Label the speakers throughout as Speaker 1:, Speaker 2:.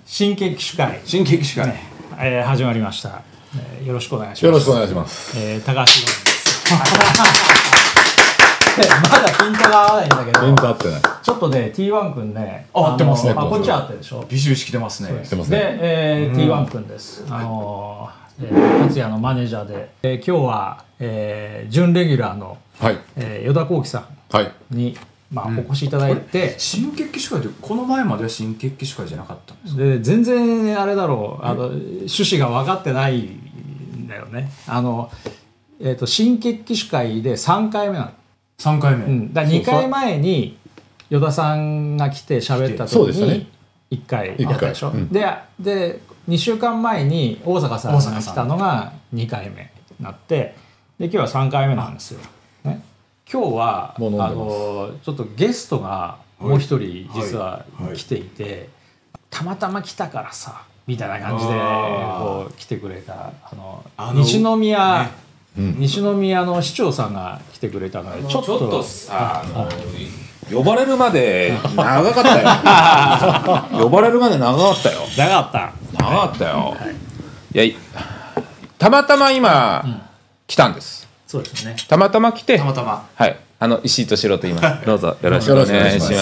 Speaker 1: 新喜劇会、始まりました。よろしくお願いします。
Speaker 2: よろしくお願いします。
Speaker 1: 高橋宏です。まだピントが合わないんだけど。
Speaker 2: ピント合ってない。
Speaker 1: ちょっとT1 君ね。
Speaker 3: 合ってますね。
Speaker 1: こっちは合ってるでしょ。
Speaker 3: ビシビシ来てますね。
Speaker 1: で、T1 君です。勝也のマネージャーで、今日は準レギュラーの依田幸喜さんに。お越しいただいて、
Speaker 3: 新決起主会ってこの前までは新決起主会じゃなかったんですか？
Speaker 1: で全然あれだろう、趣旨が分かってないんだよね。新決起主会で3回目なの。
Speaker 3: 3回目、
Speaker 1: だ2回前に依田さんが来て喋った時に1回やったでしょ。で2週間前に大阪さんが来たのが2回目になって、で今日は3回目なんですよ。今日はちょっとゲストがもう一人実は来ていて、たまたま来たからさみたいな感じでこう来てくれた西宮の市長さんが来てくれたので、ちょっとさ
Speaker 4: 呼ばれるまで長かったよ。呼ばれるまで長かったよ。
Speaker 1: 長か
Speaker 4: ったよ。いや、たまたま今来たんです。
Speaker 1: そうですね。
Speaker 4: たまたま来て、
Speaker 3: はい、
Speaker 4: 石井敏郎と言います。どうぞよろしくお願いします。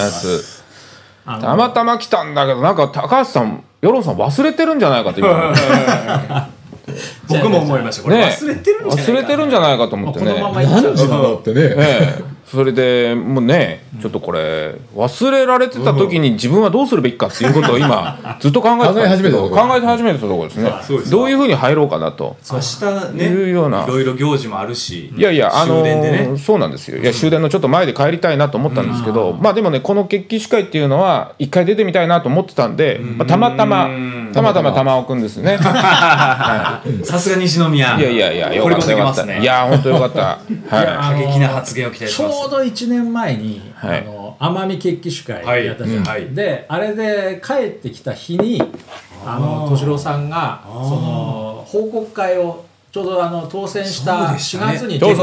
Speaker 4: たまたま来たんだけど、なんか高橋さん、世論さん忘れてるんじゃないかと今。
Speaker 3: 僕も思いました。これ忘れて
Speaker 4: るんじゃないかと思ってね。
Speaker 2: 何時なのってね。
Speaker 4: それでもうね、ちょっとこれ忘れられてた時に自分はどうするべきかっていうことを今ずっと考えて始めたところですね。どういうふうに入ろうかなと。
Speaker 3: 明日ね、いろいろ行事もあるし、
Speaker 4: いやそうなんですよ。いや終電のちょっと前で帰りたいなと思ったんですけど、まあでもね、この決起主会っていうのは一回出てみたいなと思ってたんで、たまたま玉尾くんですね。
Speaker 3: さすが西宮。
Speaker 4: いやよかった。いや本当よかった。
Speaker 3: 過激な発言を期待します。
Speaker 1: ちょうど1年前に奄美決起主会やったじゃん。であれで帰ってきた日に敏郎さんがその報告会をちょうど当選した4月に当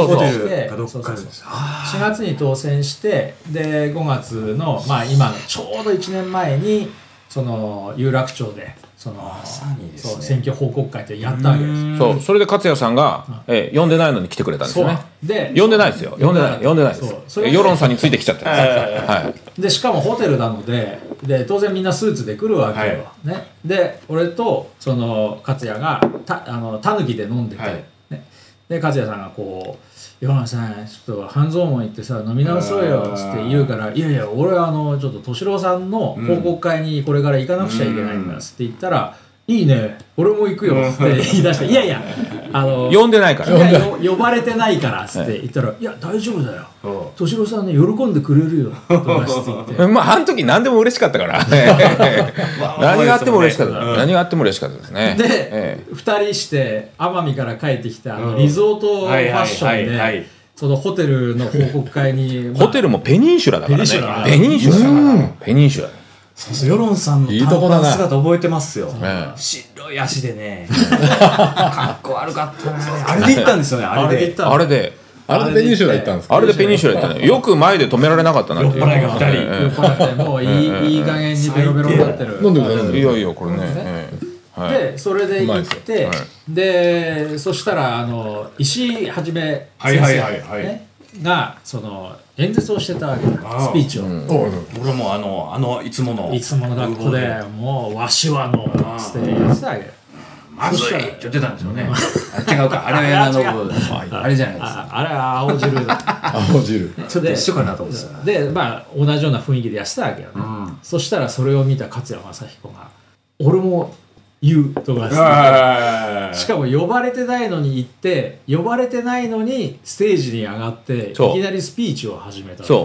Speaker 1: 選してで5月の今ちょうど1年前にその有楽町で選挙報告会ってやったわけです。
Speaker 4: それで勝也さんが呼んでないのに来てくれたんですよね。呼んでないですよ。呼んでないです。世論さんについてきちゃってる。
Speaker 1: でしかもホテルなので当然みんなスーツで来るわけよ。で俺とその勝也がたぬきで飲んでて、で勝也さんがこう「世論さんちょっと半蔵門行ってさ飲み直そうよ」って言うから「いやいや俺はちょっと敏郎さんの報告会にこれから行かなくちゃいけないんだ」って言ったら「いいね俺も行くよ」って言い出して「いやいや
Speaker 4: 呼んでないから
Speaker 1: 呼ばれてないから」って言ったら「いや大丈夫だよ敏郎さんね喜んでくれるよ」とかって言って
Speaker 4: あの時何でも嬉しかったから何があっても嬉しかったですね。
Speaker 1: で2人して奄美から帰ってきたリゾートファッションでそのホテルの報告会に
Speaker 4: ホテルもペニンシュラだからね。ペニンシュラ
Speaker 3: 世論さんの短パン姿覚えてますよ。白い足でね、かっこ悪かったな。あれで行ったんですよね。あれ
Speaker 4: で
Speaker 2: ペニンシュラ行ったんですか？
Speaker 4: あれでペニンシュラ行ったね。よく前で止められなかったなっていう。
Speaker 3: 酔っ払いが2人。
Speaker 1: 酔っ払ってもういい加減にベロベロになってる。
Speaker 2: 飲んでください。
Speaker 4: いやこれね。
Speaker 1: でそれで行ってでそしたら石井はじめ先生がその演説をしてたわけだ。スピーチを。
Speaker 3: 俺もいつもの
Speaker 1: 学校でもうわしはつって言ってたわけ。
Speaker 3: まずいって言ってたんですよね。違うか、あれはあれじゃないですか。
Speaker 1: あれは青汁だ。
Speaker 2: 青汁。
Speaker 3: ちょっと一緒かなと思ってた。
Speaker 1: で同じような雰囲気でやってたわけよね。そしたらそれを見た勝谷正彦が俺も言うとかしかも呼ばれてないのに行って呼ばれてないのにステージに上がっていきなりスピーチを始めた。
Speaker 3: こ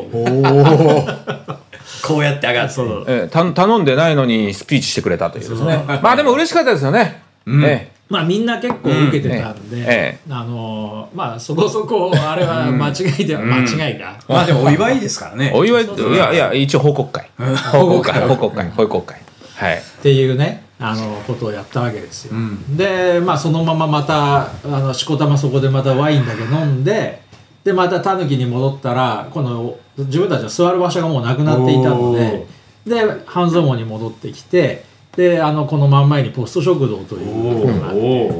Speaker 3: うやって上がって
Speaker 4: 頼んでないのにスピーチしてくれたというですね。まあでも嬉しかったですよね。
Speaker 1: みんな結構受けてたんでそこそこあれは間違いでは間違いか。
Speaker 3: まあでもお祝いですからね。
Speaker 4: お祝いいや一応報告会
Speaker 1: っていうねことをやったわけですよ。でそのまたしこたまそこでまたワインだけ飲んででまたタヌキに戻ったらこの自分たちの座る場所がもうなくなっていたので半蔵門に戻ってきてでこの真ん前にポスト食堂というところがあって、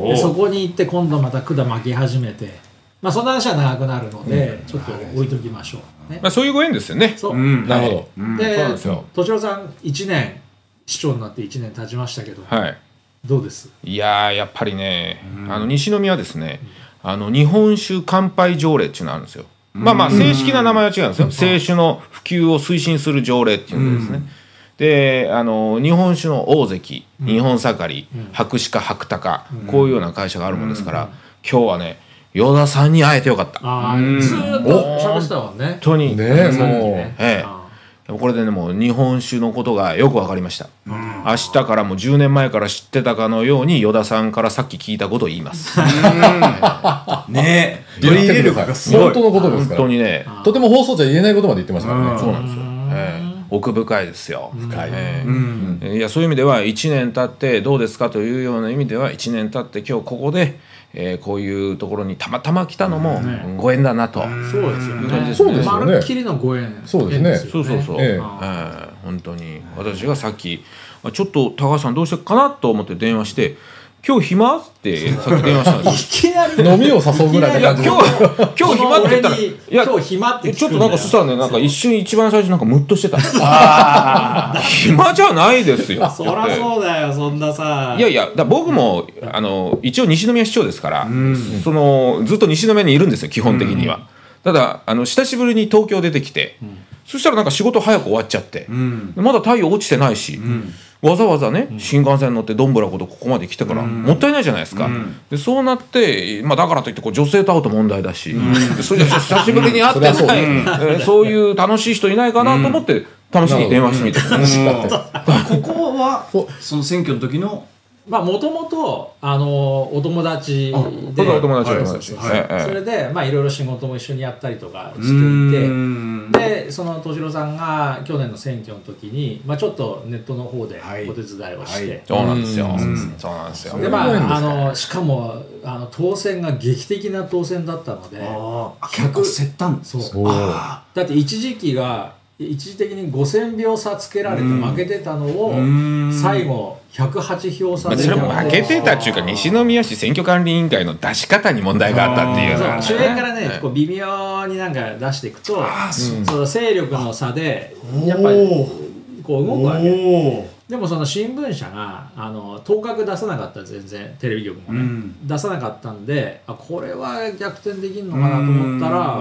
Speaker 1: でそこに行って今度また管巻き始めて、まあそんな話は長くなるので、ちょっと置いときましょう、ね。
Speaker 4: まあそういうご縁ですよね。
Speaker 1: そう、
Speaker 2: なるほ
Speaker 1: ど。で、敏郎さん1年市長になって1年経ちましたけど、
Speaker 4: はい、
Speaker 1: どうです？
Speaker 4: いややっぱりね、西宮はですね、日本酒乾杯条例っていうのがあるんですよ。まあ正式な名前は違うんですよ。清酒の普及を推進する条例っていうんですね。で日本酒の大関、日本盛り、白鹿白鷹、こういうような会社があるもんですから、今日はね与田さんに会えてよかった。
Speaker 1: ずーっと喋ってたもんね。
Speaker 4: 本当に
Speaker 2: ね、
Speaker 4: これでねもう日本酒のことがよく分かりました。明日からもう10年前から知ってたかのように与田さんからさっき聞いたことを言います。
Speaker 3: ねえ、取り入れるがすごい。
Speaker 2: 本当のことですから。
Speaker 4: 本当にね、
Speaker 2: とても放送じゃ言えないことまで言ってましたからね。
Speaker 4: そうなんですよ。奥深いですよ。
Speaker 2: 深い。
Speaker 4: いやそういう意味では1年経ってどうですかというような意味では1年経って今日ここで、こういうところにたまたま来たのもご縁だなと。
Speaker 1: そうですよね。
Speaker 2: そうですよね。
Speaker 1: まるっきりのご縁。
Speaker 2: そうですね。
Speaker 4: そう。本当に私がさっきちょっと高橋さんどうしてかなと思って電話して。今日暇ってさっき電話したんです
Speaker 1: よ。いきなり
Speaker 2: 飲みを誘うぐらいの感じで。
Speaker 4: 今日暇って言ったら、い
Speaker 1: や今日暇って
Speaker 4: ちょっとなんかそしたらねなんか一瞬一番最初なんかムッとしてた。暇じゃないですよ。
Speaker 1: そらそうだよそんなさ。
Speaker 4: いや僕も一応西宮市長ですから、ずっと西宮にいるんですよ基本的には。ただ久しぶりに東京出てきて、そしたらなんか仕事早く終わっちゃって、まだ太陽落ちてないし。わざわざね新幹線乗ってどんぶらことここまで来てからもったいないじゃないですか。でそうなって、だからといって女性と会うと問題だし、それじゃ久しぶりに会ってないそういう楽しい人いないかなと思って試しに電話してみて。
Speaker 3: ここはその選挙の時の
Speaker 1: もともとお友達で、
Speaker 4: お友達
Speaker 1: それでいろいろ仕事も一緒にやったりとかしていて、でその敏郎さんが去年の選挙の時にちょっとネットの方でお手伝いをして、
Speaker 4: そうなんですよ。そうなんですよ。
Speaker 1: でしかも当選が劇的な当選だったので、
Speaker 3: 結構競ったんです。
Speaker 1: そうだって一時的に5000票差つけられて負けてたのを最後108票差で
Speaker 4: それも負けてたっていうか西宮市選挙管理委員会の出し方に問題があったっていう
Speaker 1: 周辺からね微妙になんか出していくとその勢力の差でやっぱりこう動くわけ。でもその新聞社が当確出さなかった全然テレビ局もね、出さなかったんでこれは逆転できるのかなと思ったら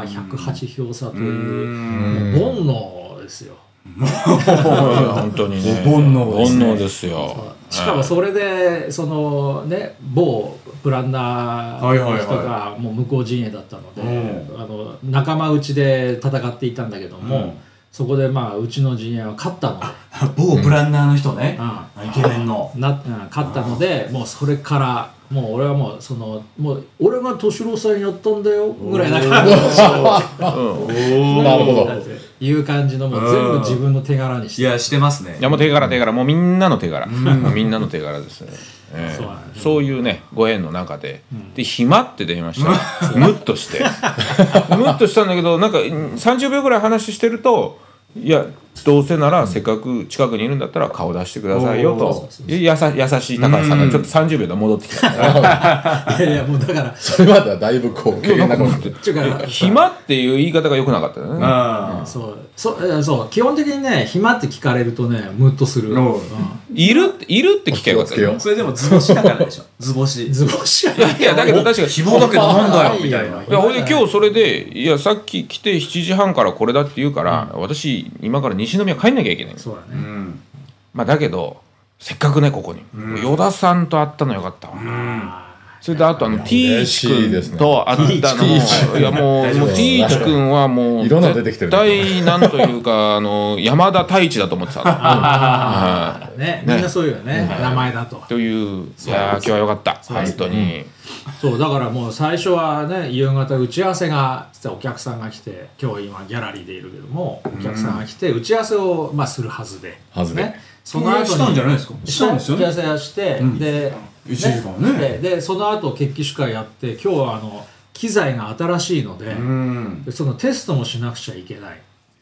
Speaker 1: 108票差という煩悩ですよ。
Speaker 4: 本当にね
Speaker 3: 煩悩
Speaker 4: ですよ。
Speaker 1: しかもそれでそのね某プランナーの人がもう向こう陣営だったので仲間内で戦っていたんだけども、そこでうちの陣営は勝ったので
Speaker 3: 某プランナーの人ね、イケメンの
Speaker 1: 勝ったので、もうそれからもう俺はもう俺が敏郎さんやったんだよぐらいな感じ
Speaker 2: なるほど
Speaker 1: いう感じのもう全部自分の手柄にして、
Speaker 3: いやしてますね。
Speaker 4: いやもう手柄もうみんなの手柄、みんなの手柄ですね。そういうねご縁の中で、で暇って電話したらムッとしてムッとしたんだけどなんか30秒ぐらい話してるといやどうせならせっかく近くにいるんだったら顔出してくださいよと優しい高橋さんがちょっと30秒で戻ってきた。
Speaker 1: いやもうだから
Speaker 2: それまではだいぶこう軽減なこと
Speaker 4: 暇っていう言い方が良くなかったよね。
Speaker 1: そう基本的にね暇って聞かれるとねムッとする。
Speaker 4: いるって聞けばよかったよ。
Speaker 3: それでも図星だからでしょ。図星
Speaker 4: いやだけど確かに
Speaker 3: 希望だけどなんだよみたいな。
Speaker 4: いやほいで今日それでいやさっき来て7時半からこれだって言うから私今から西宮帰んなきゃいけない。
Speaker 1: そうだね。
Speaker 4: だけどせっかくねここに与田さんと会ったのよかったわ。それであとT チ君と会ったのもいやもう T チ君はもう絶対なんというか山田太一だと思ってた。
Speaker 1: ねみんなそういうね名前だと。
Speaker 4: といういや今日はよかった本当に。
Speaker 1: そうだからもう最初はね夕方打ち合わせが実はお客さんが来て今日今ギャラリーでいるけどもお客さんが来て打ち合わせをするはずでねその後に
Speaker 3: したんじゃないですか。
Speaker 1: したんですよね。打ち合わせをしてででその後決起集会やって今日は機材が新しいのでそのテストもしなくちゃいけない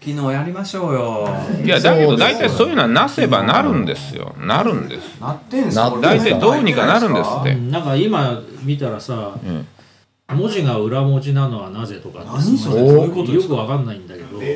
Speaker 3: 昨日やりましょうよ。
Speaker 4: いやだけど大体そういうのはなせばなるんですよ。なるんです。
Speaker 3: なってんすよ。
Speaker 4: 大体どうにかなるんですって。
Speaker 1: なんか今見たらさ、文字が裏文字なのはなぜとか
Speaker 3: 何それ、どういうことですか。
Speaker 1: よくわかんないんだけど。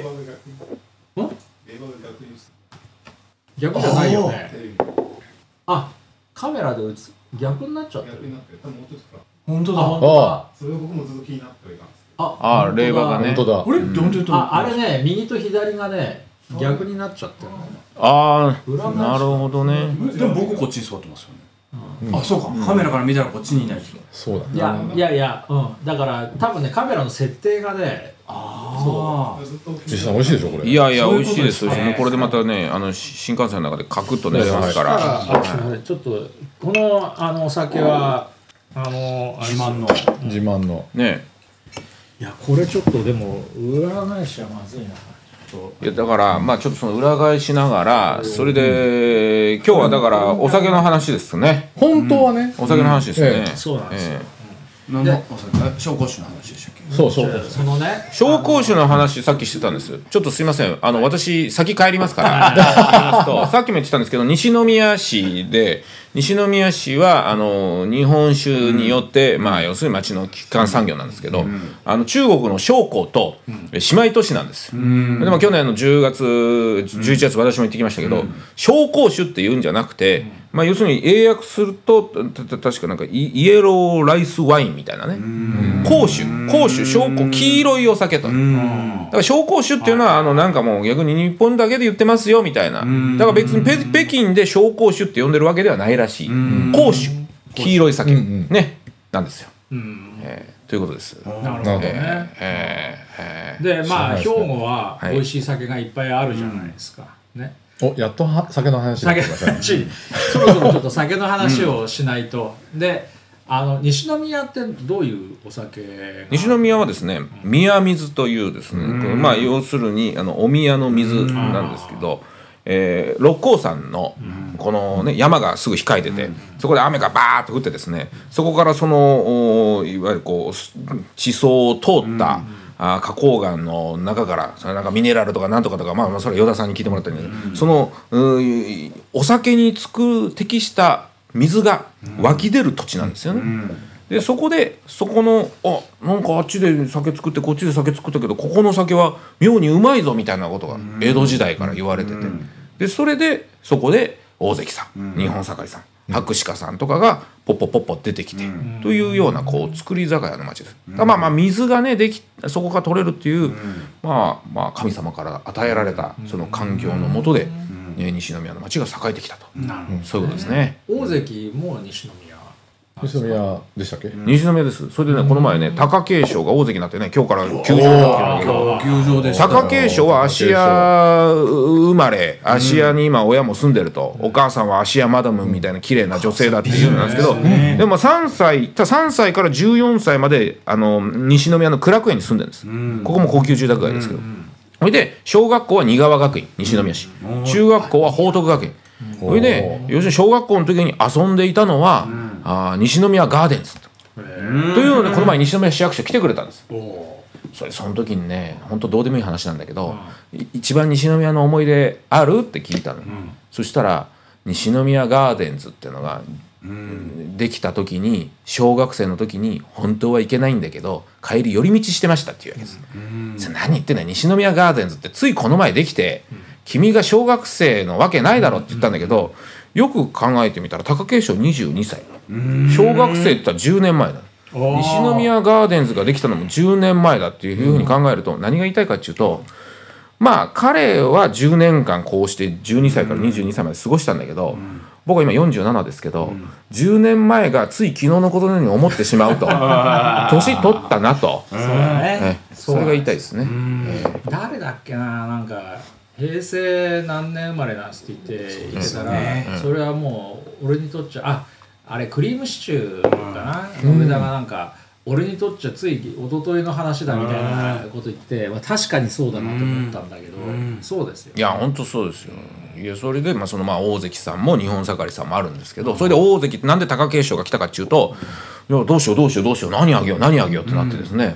Speaker 1: 逆じゃないよね。あ、カメラで映す逆になっちゃってる。
Speaker 3: 本当だ。
Speaker 2: それ僕もずっと気になってたんです。
Speaker 4: あ、令和がね。
Speaker 2: 本当だ。
Speaker 1: あれね、右と左がね、逆になっちゃってる。
Speaker 4: ああ、なるほどね。
Speaker 3: でも僕こっちに座ってますよね。あ、そうか。カメラから見たらこっちにいないですよ。
Speaker 2: そうだね。
Speaker 1: いや、だから多分ね、カメラの設定がね、
Speaker 2: 実際美味しいでしょこれ。
Speaker 4: いや美味しいですよ。もうこれでまたね、新幹線の中でカクッと寝れますから。
Speaker 1: ちょっとこのお酒は
Speaker 3: 自
Speaker 2: 慢の
Speaker 4: ね。
Speaker 1: いやこれちょっとでも裏返しはまずいな。
Speaker 4: いやだからまあちょっとその裏返しながら、それで今日はだからお酒の話ですね。
Speaker 2: 本当はね、
Speaker 4: お酒の話ですね。
Speaker 1: そうなんですよ。
Speaker 3: 何のお酒？紹興酒の話でしたっけ？
Speaker 2: そうそ
Speaker 1: のね、
Speaker 4: 紹興酒の話さっきしてたんです。ちょっとすいません、私先帰りますから言いますと、さっきも言ってたんですけど、西宮市は日本酒によって、まあ要するに町の基幹産業なんですけど、中国の紹興と姉妹都市なんです。でも去年の10月11月私も行ってきましたけど、紹興酒っていうんじゃなくて、まあ要するに英訳すると確かなんかイエローライスワインみたいなね、香酒紹興、黄色いお酒と。だから紹興酒っていうのはなんかもう逆に日本だけで言ってますよみたいな。だから別に北京で紹興酒って呼んでるわけではないらしい。香酒、黄色い酒ねなんですよ。ということです。
Speaker 1: なるほどね。でまあ兵庫は美味しい酒がいっぱいあるじゃないですか。ね。
Speaker 2: やっと酒の話になってきましたね。
Speaker 1: そろそろちょっと酒の話をしないと。で西宮ってどういうお酒？
Speaker 4: 西宮はですね、宮水というですね、まあ要するにお宮の水なんですけど、六甲山のこのね山がすぐ控えてて、そこで雨がバーッと降ってですね、そこからそのいわゆるこう地層を通った花崗岩の中からそれなんかミネラルとかなんとかとか、まあそれは依田さんに聞いてもらったんだけど、そのお酒に適した水が湧き出る土地なんですよね。でそこのなんかあっちで酒作ってこっちで酒作ったけど、ここの酒は妙にうまいぞみたいなことが江戸時代から言われてて、でそれでそこで大関さん、日本盛りさん、博士家さんとかがポッポポッポ出てきてというようなこう作り酒屋の町です。まあ水がねそこが取れるっていう、まあ神様から与えられたその環境の下で西宮の町が栄えてきたと、そういうことですね。
Speaker 1: 大関も西宮
Speaker 2: でしたっけ？
Speaker 4: 西宮です。それでね、この前ね、貴景勝が大関になってね、今日から休場になってるんだけど、貴景勝は芦屋生まれ、芦屋に今親も住んでると、お母さんは芦屋マダムみたいな綺麗な女性だっていうんなんですけど、でも3歳から14歳まで西宮の苦楽園に住んでるんです。ここも高級住宅街ですけど、それで小学校は仁川学院西宮市、中学校は報徳学園、それで要するに小学校の時に遊んでいたのは西宮ガーデンズというので、この前西宮市役所来てくれたんです。その時にね、本当どうでもいい話なんだけど、一番西宮の思い出あるって聞いたの。そしたら西宮ガーデンズっていうのができた時に、小学生の時に本当は行けないんだけど帰り寄り道してましたっていうわけです。何言ってんだよ、西宮ガーデンズってついこの前できて、君が小学生のわけないだろって言ったんだけど、よく考えてみたら貴景勝22歳、小学生って言ったら10年前だ。西宮ガーデンズができたのも10年前だっていうふうに考えると、何が言いたいかっていうと、まあ彼は10年間こうして12歳から22歳まで過ごしたんだけど、僕は今47ですけど、10年前がつい昨日のことのように思ってしまうと年取ったなと、それが言いたいですね。
Speaker 1: 誰だっけな、なんか平成何年生まれなんすって言ってたら、それはもう俺にとっちゃあれクリームシチューかな、上田がなんか俺にとっちゃつい一昨日の話だみたいなこと言って、確かにそうだなと思ったんだけど、そうですよ。
Speaker 4: いや本当そうですよ。いやそれで大関さんも日本盛りさんもあるんですけど、それで大関ってなんで貴景勝が来たかっていうと、いやどうしよう何あげようってなってですね、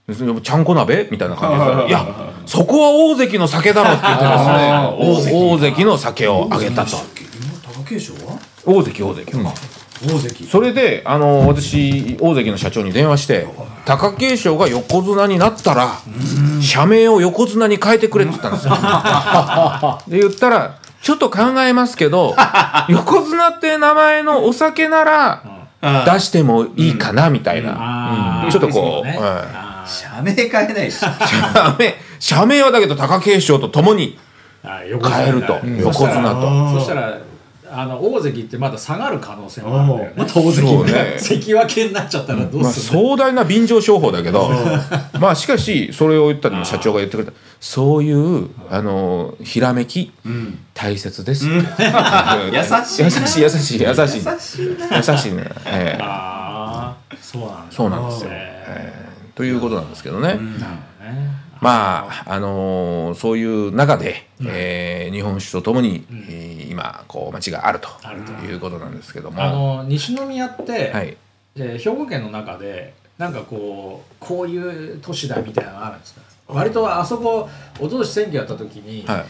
Speaker 4: ちゃんこ鍋みたいな感じで、いやそこは大関の酒だろって言ってですね、大関の酒をあげたと。
Speaker 3: 貴景勝は
Speaker 4: 大関、
Speaker 3: 大関。
Speaker 4: それで私大関の社長に電話して貴景勝が横綱になったら社名を横綱に変えてくれって言ったんですよ。で言ったらちょっと考えますけど横綱って名前のお酒なら出してもいいかなみたいな、ちょっとこう、
Speaker 3: 社名変えないでしょ。
Speaker 4: 社名はだけど貴景勝とともに変えると、横綱と。
Speaker 1: そしたら大関ってまだ下がる可能性もあるんだよね。
Speaker 3: また大関
Speaker 4: ね、
Speaker 1: 関脇になっちゃったらどうする
Speaker 4: 壮大な便乗商法だけどまあしかしそれを言ったのも社長が言ってくれた、そういうひらめき、大切ですって、優しいね、
Speaker 1: そうなんですよ、
Speaker 4: ということなんですけどね、まあそういう中で、日本酒とともに、今こう町があるということなんですけども、
Speaker 1: 西宮って、
Speaker 4: はい、
Speaker 1: 兵庫県の中でなんかこういう都市だみたいなのがあるんですか。割とあそこおととし選挙やった時に、はい、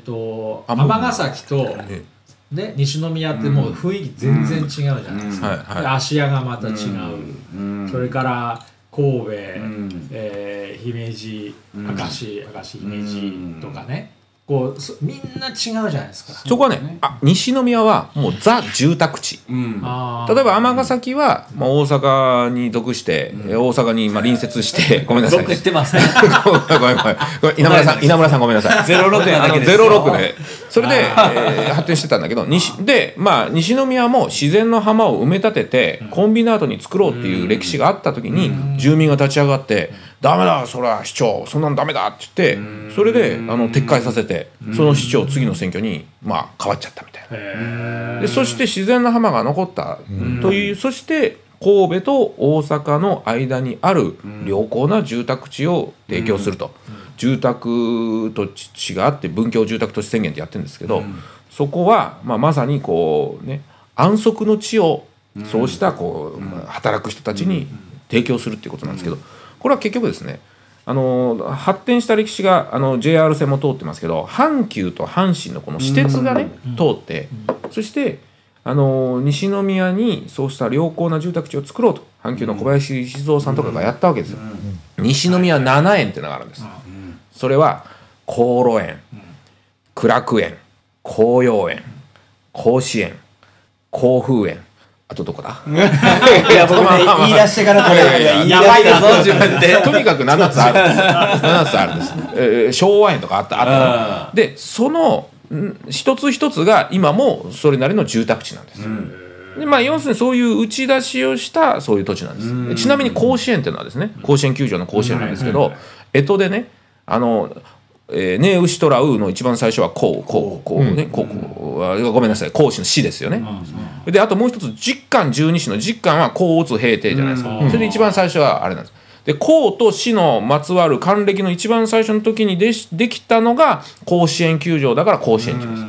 Speaker 1: 尼崎と、ね、西宮ってもう雰囲気全然違うじゃないですか、芦屋がまた違う、それから神戸、姫路、明石姫路とかね、こうみんな違うじゃないですか。
Speaker 4: そこはね、西宮はもうザ住宅地、例えば尼崎は、大阪に属して、大阪に隣接してごめんなさい、
Speaker 3: 属してますね
Speaker 4: ごめん稲村さんごめんなさい、
Speaker 3: 06やだけですよ。
Speaker 4: 06でそれで、発展してたんだけど、西宮も自然の浜を埋め立ててコンビナートに作ろうっていう歴史があった時に、住民が立ち上がってダメだそれは市長そんなのダメだって言って、それで撤回させて、その市長次の選挙に変わっちゃったみたいな。でそして自然の浜が残ったという、そして神戸と大阪の間にある良好な住宅地を提供すると、住宅土地があって文教住宅都市宣言ってやってるんですけど、そこは、まさにこうね、安息の地をそうした働く人たちに提供するっていうことなんですけど、これは結局ですね、発展した歴史がJR 線も通ってますけど、阪急と阪神のこの私鉄がね、通って、そして西宮にそうした良好な住宅地を作ろうと阪急の小林静雄さんとかがやったわけですよ。西宮7園っていうのがあるんです。それは香路園、苦楽園、紅葉園、甲子園、甲風園、あとどこだい
Speaker 3: や僕ね言い出してからこれやばいだぞ自分で
Speaker 4: とにかく7つあるんです、昭和園とかあったで、その一つ一つが今もそれなりの住宅地なんです、で要するにそういう打ち出しをしたそういう土地なんです、ちなみに甲子園っていうのはですね、甲子園球場の甲子園なんですけど、干支でねねうしとらうの一番最初はこうね、ごめんなさい、甲子の死ですよね、であともう一つ実官十二支の実官は甲乙平定じゃないですか、それで一番最初はあれなんです。で甲と死のまつわる還暦の一番最初の時にできたのが甲子園球場だから甲子園球です。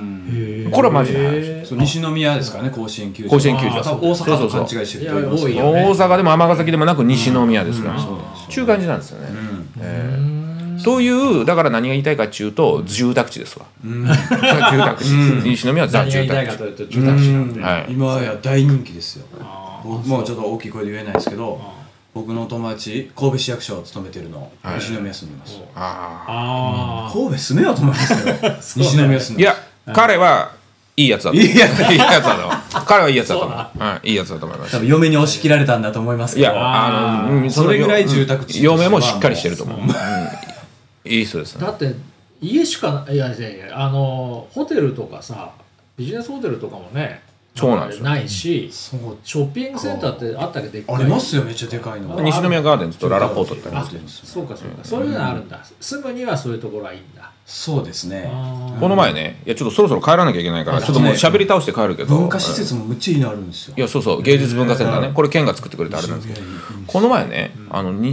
Speaker 4: これはマジで
Speaker 3: 西宮ですからね、甲子園球場。
Speaker 4: 甲子園球場。
Speaker 3: 大阪と勘違いしてる人いますよ
Speaker 4: ね。大阪でも尼崎でもなく西宮ですから。中間地なんですよね。そういうだから何が言いたいかっていうと住宅地ですわ。住宅地。西宮はザ住宅地。
Speaker 3: 今や大人気ですよ。もうちょっと大きい声で言えないですけど、僕の友達神戸市役所を務めてるの西宮住んでます。神戸住めようと思いますけど西宮住んでます。
Speaker 4: いや彼はいいやつだと。いいやつだと。彼はいいやつだと思う。いいやつだと思います。
Speaker 3: 多分嫁に押し切られたんだと思いますけど。
Speaker 4: いや
Speaker 3: それぐらい住宅地。
Speaker 4: 嫁もしっかりしてると思う。いい人ですね。
Speaker 1: だって家しかいやホテルとかさ、ビジネスホテルとかもね、
Speaker 4: そうなんですよ。
Speaker 1: ないし、ショッピングセンターってあったけどでっかい。
Speaker 3: ありますよ、めっちゃでかいの。
Speaker 4: 西宮ガーデンズとララポートってありますよ。
Speaker 1: そうか。そういうのあるんだ。住むにはそういうところはいいんだ。
Speaker 3: そうですね。
Speaker 4: この前ね、いやちょっとそろそろ帰らなきゃいけないから、ちょっともう喋り倒して帰るけど。
Speaker 3: 文化施設もむっちゃいいのあるんですよ。
Speaker 4: いやそう芸術文化センターね。これ県が作ってくれてあれなんですけど、この前ね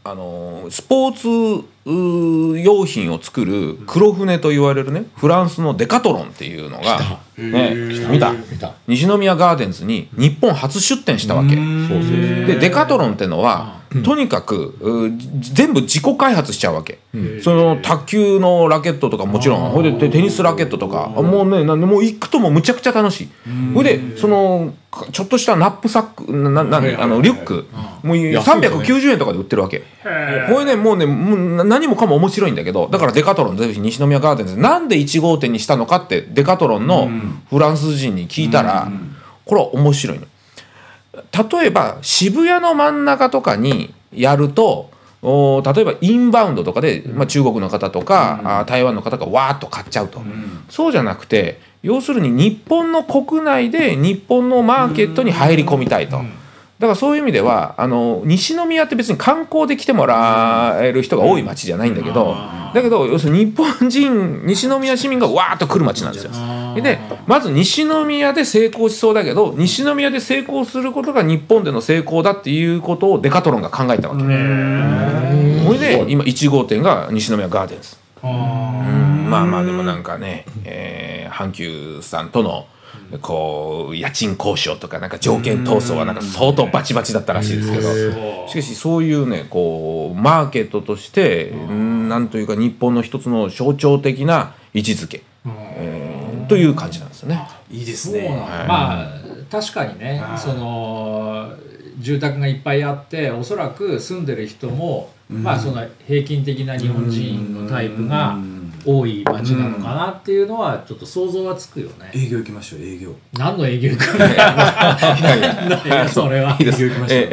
Speaker 4: スポーツ用品を作る黒船と言われるねフランスのデカトロンっていうのが、ね、見た西宮ガーデンズに日本初出店したわけで、デカトロンってのはとにかく全部自己開発しちゃうわけ、その卓球のラケットとかもちろん、ほいでテニスラケットとか、もうねもう行くともむちゃくちゃ楽しい。ほいでそのちょっとしたナップサックリュックもう390円とかで売ってるわけ。これねもう何もかも面白いんだけど、だからデカトロンぜひ西宮ガーデンズなんで1号店にしたのかってデカトロンのフランス人に聞いたら、これは面白いの。例えば渋谷の真ん中とかにやると、例えばインバウンドとかで、中国の方とか、台湾の方がわーっと買っちゃうと、そうじゃなくて要するに日本の国内で日本のマーケットに入り込みたいと。だからそういう意味では西宮って別に観光で来てもらえる人が多い町じゃないんだけど、要するに日本人西宮市民がわーっと来る町なんですよ。でまず西宮で成功しそうだけど、西宮で成功することが日本での成功だっていうことをデカトロンが考えたわけ。それで今1号店が西宮ガーデンズ。まあでもなんかね、阪急さんとのこう家賃交渉とかなんか条件闘争はなんか相当バチバチだったらしいですけど、しかしそういうねこうマーケットとしてなんというか日本の一つの象徴的な位置づけ、という感じなんですよね。
Speaker 3: いいですね。
Speaker 1: まあ確かにね、その住宅がいっぱいあっておそらく住んでる人も、その平均的な日本人のタイプが多い街なのかなっていうのはちょっと想像はつくよね。
Speaker 3: 営業行きましょう。営業。
Speaker 1: 何の営業行くのよ。それは。
Speaker 4: いいです。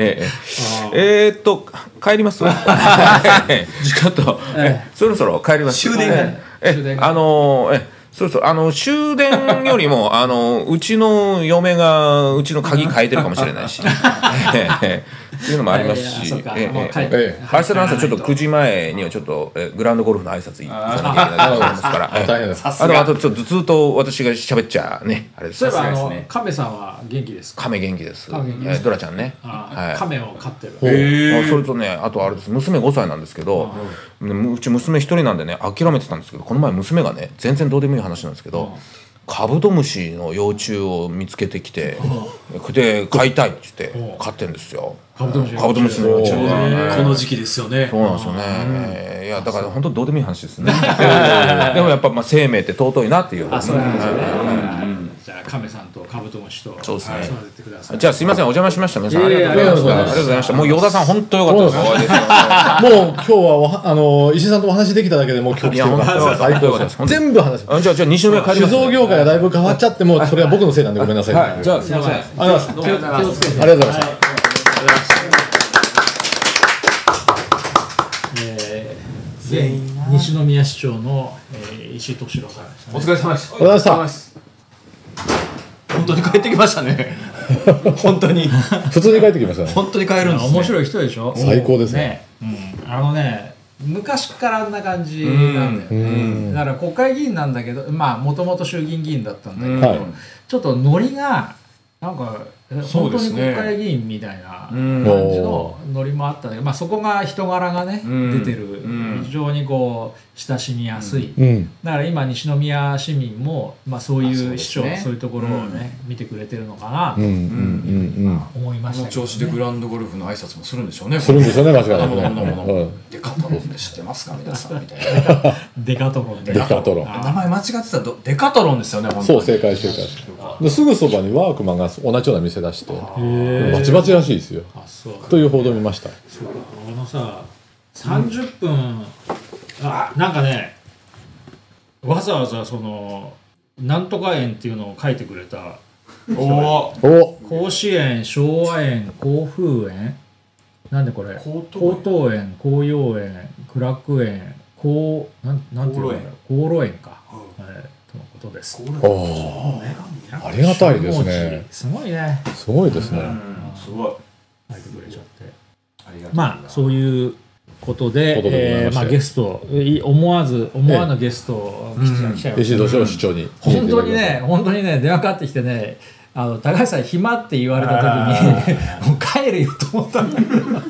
Speaker 4: 帰ります。ちょっとそろそろ帰ります。
Speaker 3: 終電
Speaker 4: そう終電よりもうちの嫁がうちの鍵変えてるかもしれないしっていうのもありますし、明日の朝ちょっと9時前にはちょっとグラウンドゴルフの挨拶行かなきゃいけないと思いますから、あとちょっとずっと私が喋っちゃねあれです。
Speaker 1: そういえば亀さんは元気ですか？
Speaker 4: 亀元気です。ドラちゃんね。
Speaker 1: 亀を飼ってる。
Speaker 4: それとねあとあれです、娘5歳なんですけど、うち娘1人なんでね諦めてたんですけど、この前娘がね全然どうでもいい話なんですけど、カブトムシの幼虫を見つけてきて、で飼いたいって言って飼ってるんですよ。カブトムシの幼虫が
Speaker 3: この時期ですよね。
Speaker 4: そうなんですよね。いやだから本当どうでもいい話ですね。でもやっぱ生命って尊いなっていう。
Speaker 1: そうなんですよね。じゃあ亀さんとカブトムシと
Speaker 4: そうですね。
Speaker 1: 育ててください。
Speaker 4: じゃあすいませんお邪魔しました。皆さんありがとうございました。ありがとうございました。もう与田さん本当良かったです。
Speaker 2: もう今日は石井さんとお話できただけでもう今日来てよかった。最高です。全部話します。
Speaker 4: じゃあ西宮帰ります。
Speaker 2: 酒造業界がだいぶ変わっちゃってもそれは僕のせいなんでごめんなさい。
Speaker 4: じゃあすいません。
Speaker 2: ありがとうございます。ありがとうございました。
Speaker 1: 西宮市長の石井敏郎さんですね。
Speaker 3: お疲れ様でした。
Speaker 2: お疲れ様でした。
Speaker 3: 本当に帰ってきましたね。本当に
Speaker 2: 普通に帰ってきましたね。
Speaker 3: 本当に帰るんですね。
Speaker 1: 面白い人でしょ。
Speaker 2: 最高ですね。
Speaker 1: 昔からあんな感じなんだよね。だから国会議員なんだけど、もともと衆議院議員だったんだけど、ちょっとノリがなんか本当に国会議員みたいな感じのノリもあったんだけど、そこが人柄がね出てる、非常にこう親しみやすい。だから今西宮市民もそういう市長そういうところをね見てくれてるのかなと思いましたけどね。
Speaker 3: この調子でグラウンドゴルフの挨拶もするんでしょうね。
Speaker 2: するんでしょうね、間違いなく。
Speaker 3: デカトロンって知ってますか皆さんみたいな。
Speaker 1: デカトロン。
Speaker 2: デカトロン。
Speaker 3: 名前間違ってたらデカトロンですよね。
Speaker 2: そう、正解。すぐそばにワークマンが同じような店出してバチバチらしいですよという報道を見ました。
Speaker 1: さ30分なんかねわざわざそのなんとか園っていうのを書いてくれた。甲子園、昭和園、甲風園、なんでこれ高等園、紅葉園、苦楽園、なんていうの高路園か、とのことです。
Speaker 2: ありがたいですね。
Speaker 1: すごいね。
Speaker 2: すごいですね。
Speaker 3: すごい。
Speaker 1: 書いてくれちゃって。そういうことで、ゲスト思わぬゲストを来ちゃいました。
Speaker 2: 石井敏郎市長に
Speaker 1: 本当にね電話かかってきてね、高橋さん暇って言われた時にもう帰るよと思ったんだけど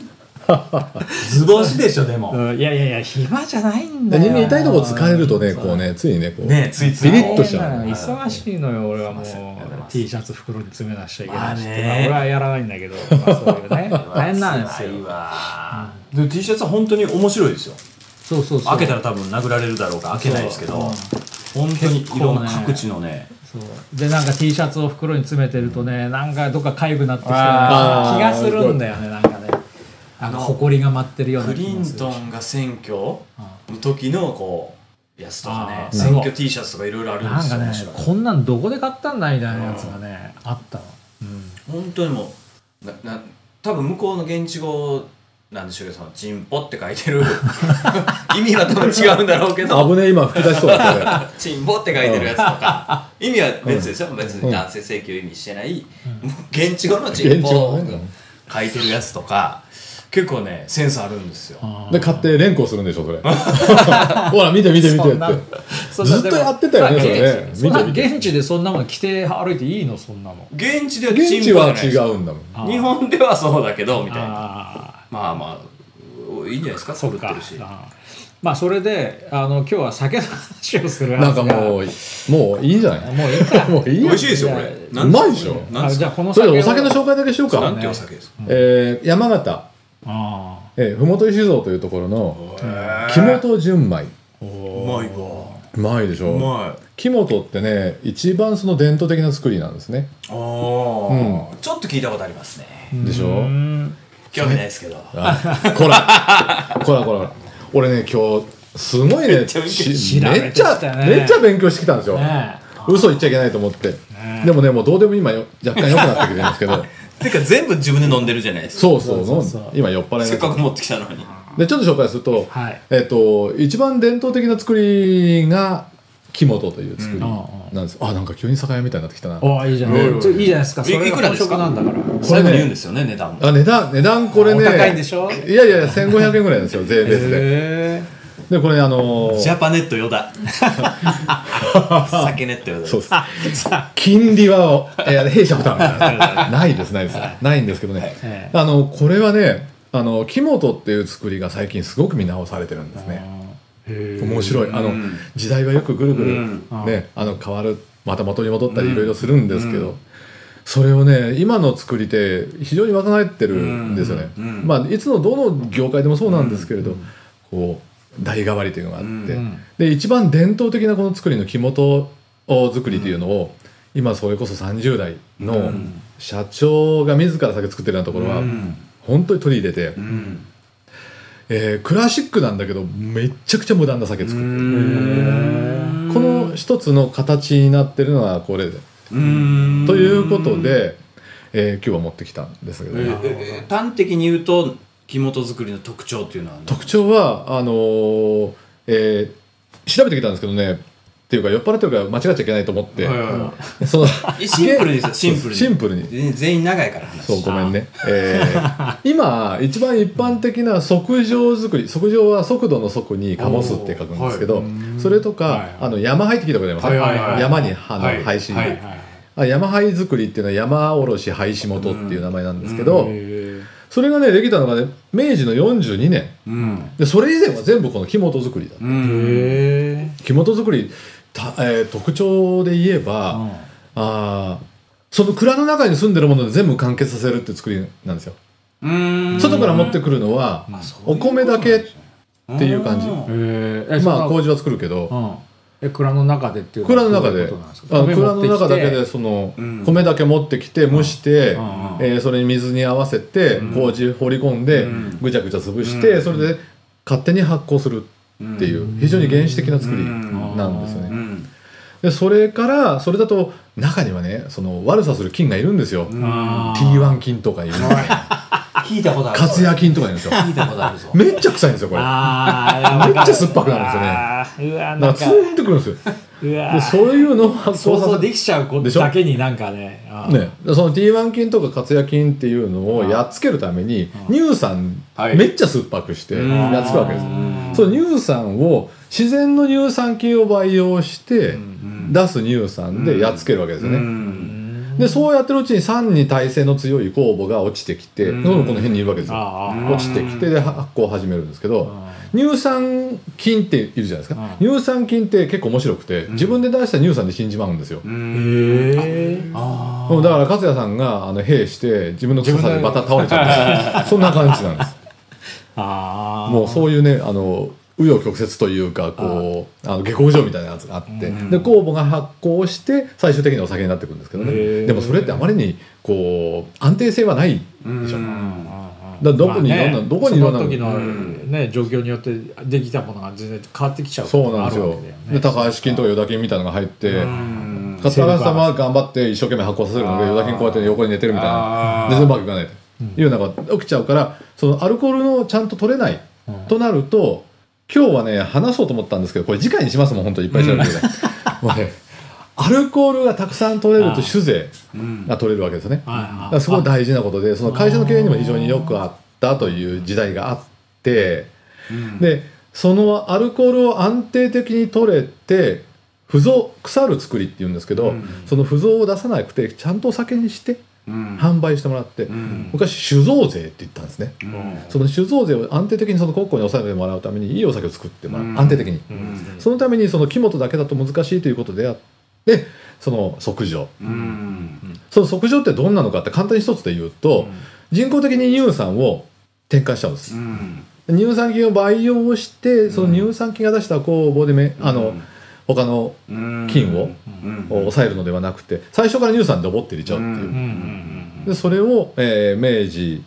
Speaker 3: 図星でしょでも、
Speaker 1: いやいやいや暇じゃないんだよ。
Speaker 2: 人間痛いとこ疲れるとねこうねついねこう
Speaker 3: ついつい
Speaker 2: ピリッとしちゃう。
Speaker 1: 忙しいのよ俺はもう T シャツ袋に詰め出しちゃいけないし、俺はやらないんだけど、そういうね大変なんですよ。
Speaker 3: で T シャツは本当に面白いですよ。
Speaker 1: そうそうそう。
Speaker 3: 開けたら多分殴られるだろうから開けないですけど、本当にいろんな各地のね。
Speaker 1: そうでなんか T シャツを袋に詰めてるとねなんかどっか痒くなってきて気がするんだよね。なんかね埃が舞ってるような
Speaker 3: クリントンが選挙の時のこうやつとかね、選挙 T シャツとかいろいろあるんですよ。
Speaker 1: なんかねこんなんどこで買ったんだみたいなやつがねあったの。
Speaker 3: 本当にもう多分向こうの現地語なんでしょうけど、そのチンポって書いてる意味は多分違うんだろうけど
Speaker 2: 危ねえ今吹き出しそうだったね
Speaker 3: チンポって書いてるやつとか意味は別ですよ、別に男性性器を意味してない、現地語のチンポを書いてるやつとか結構ねセンスあるんですよ。
Speaker 2: で買って連呼するんでしょそれほら見てってずっとやってたよねそれね。
Speaker 1: 現地でそんなもん着て歩いていいのそんなの。
Speaker 3: 現地では
Speaker 2: 現地は違うんだもん。
Speaker 3: 日本ではそうだけどみたいな。まあまあいいんじゃないですか。そうってるし。
Speaker 1: まあそれで今日は酒の話をする
Speaker 2: なんかもういいんじゃない。もういいかもういい。
Speaker 3: 美味しいですよこれ。
Speaker 2: うまいでしょ。
Speaker 1: じゃあこの
Speaker 2: それでお酒の紹介だけしようか。
Speaker 3: なんてお酒ですか。
Speaker 2: 山形ふもと石蔵というところの木本純米。
Speaker 3: うまいわ。
Speaker 2: うまいでしょ。
Speaker 3: うまい。
Speaker 2: 木本ってね一番その伝統的な作りなんですね。
Speaker 3: ちょっと聞いたことありますね。
Speaker 2: でしょ。
Speaker 3: 興味ないですけど。
Speaker 2: こら俺ね今日すごいねめっちゃ勉強してきたんですよ。嘘言っちゃいけないと思って。でもねもうどうでも今若干良くなってきてるんですけど
Speaker 3: てか全部自分で飲んでるじゃないですか。
Speaker 2: そう今酔っ払い
Speaker 3: せっかく持ってきたのに。
Speaker 2: でちょっと紹介すると一番伝統的な作りが木本という作りなんです。なんか急に酒屋みたいになってきたな。
Speaker 1: いいじゃないですか。それが本職なんだから。
Speaker 3: 最後に言うんですよね値段。
Speaker 2: 値段これね
Speaker 1: 高いんでしょ。
Speaker 2: いや1500円ぐらいなんですよ税別で。でこれジ
Speaker 3: ャパネットヨダ酒ネットヨダ。
Speaker 2: そうです。金利は弊社負担ないですないんですけどね。これはね木本っていう作りが最近すごく見直されてるんですね。面白い。時代はよくぐるぐるね変わる、また元に戻ったりいろいろするんですけど、それをね今の作りって非常に若返ってるんですよね。まあいつのどの業界でもそうなんですけれど、こう代替わりというのがあって、で一番伝統的なこの作りの木本作りというのを今それこそ30代の社長が自ら酒作ってるようなところは本当に取り入れて。クラシックなんだけどめっちゃくちゃモダンな酒作ってる。この一つの形になってるのはこれでということで、今日は持ってきたんですけど、
Speaker 3: 端的に言うと木本作りの特徴っていうのは
Speaker 2: 特徴は調べてきたんですけどねっていうか酔っ払ってるから間違っちゃいけないと思って
Speaker 3: そのシンプルですよ。シンプルに全員長いから話。
Speaker 2: そうごめんね。今一番一般的な速上作り、速上は速度の速に醸すって書くんですけど、それとか山灰って聞いたことありますね。山に灰し山灰作りっていうのは山おろし灰し元っていう名前なんですけど、それがねできたのがね明治の42年で、それ以前は全部この木本作りだった。木本作り特徴で言えばその蔵の中に住んでるもので全部完結させるって作りなんですよ。外から持ってくるのはお米だけっていう感じ。まあ麹は作るけど
Speaker 1: 蔵の中でっていう
Speaker 2: 蔵の中で蔵の中だけでその米だけ持ってきて蒸してそれに水に合わせて麹放り込んでぐちゃぐちゃ潰してそれで勝手に発酵するっていう非常に原始的な作りなんですよね。でそれからそれだと中にはねその悪さする菌がいるんですよ。T1 菌とかいるんですよ。
Speaker 3: 聞いたことある。
Speaker 2: 活夜菌とかいるんですよ。
Speaker 3: 聞いたことあるぞ。
Speaker 2: めっちゃ臭いんですよこれ。めっちゃ酸っぱくなるんですよね。だからツーンってくるんですよ。でそういうのは
Speaker 1: 想像できちゃうことだけになんかね。
Speaker 2: その T1 菌とか活夜菌っていうのをやっつけるために乳酸めっちゃ酸っぱくしてやっつくわけです。その乳酸を自然の乳酸菌を培養して出す乳酸でやっつけるわけですよね。 でそうやってるうちに酸に耐性の強い酵母が落ちてきて、喉のこの辺にいるわけですよ。落ちてきてで発酵を始めるんですけど、乳酸菌っているじゃないですか。乳酸菌って結構面白くて、自分で出した乳酸で死んじまうんですよ。だから勝谷さんが兵して自分の臭さでまた倒れちゃったそんな感じなんです。もうそういうね紆余曲折というかこう下克上みたいなやつがあって、で酵母が発酵して最終的にお酒になってくるんですけどね。でもそれってあまりにこう安定性はないでしょ。だどこにいろんな、どこにいろんな
Speaker 1: その時のね状況によってできたものが全然変わってきちゃう
Speaker 2: ことがあるわけだよね。で高橋菌とかヨダ菌みたいなのが入って高橋さんは頑張って一生懸命発酵させるのでヨダ菌こうやって横に寝てるみたいな全然うまくいかないというのが起きちゃうから、そのアルコールのちゃんと取れないとなると、今日はね話そうと思ったんですけどこれ次回にしますもん。本当にいっぱい調べてください。もうねアルコールがたくさん取れると酒税が取れるわけですね。だからすごい大事なことで、その会社の経営にも非常によくあったという時代があって、でそのアルコールを安定的に取れて腐る作りっていうんですけど、その腐造を出さなくてちゃんとお酒にして販売してもらって、昔酒造税って言ったんですね。その酒造税を安定的にその国庫に抑えてもらうためにいいお酒を作ってもらう、安定的に、そのためにその木本だけだと難しいということであって、その測定、その測定ってどんなのかって簡単に一つで言うと、人工的に乳酸を添加しちゃうんです。乳酸菌を培養してその乳酸菌が出した酵母で他の菌を抑えるのではなくて、最初から乳酸でボッて入れちゃうっていう。でそれを、明治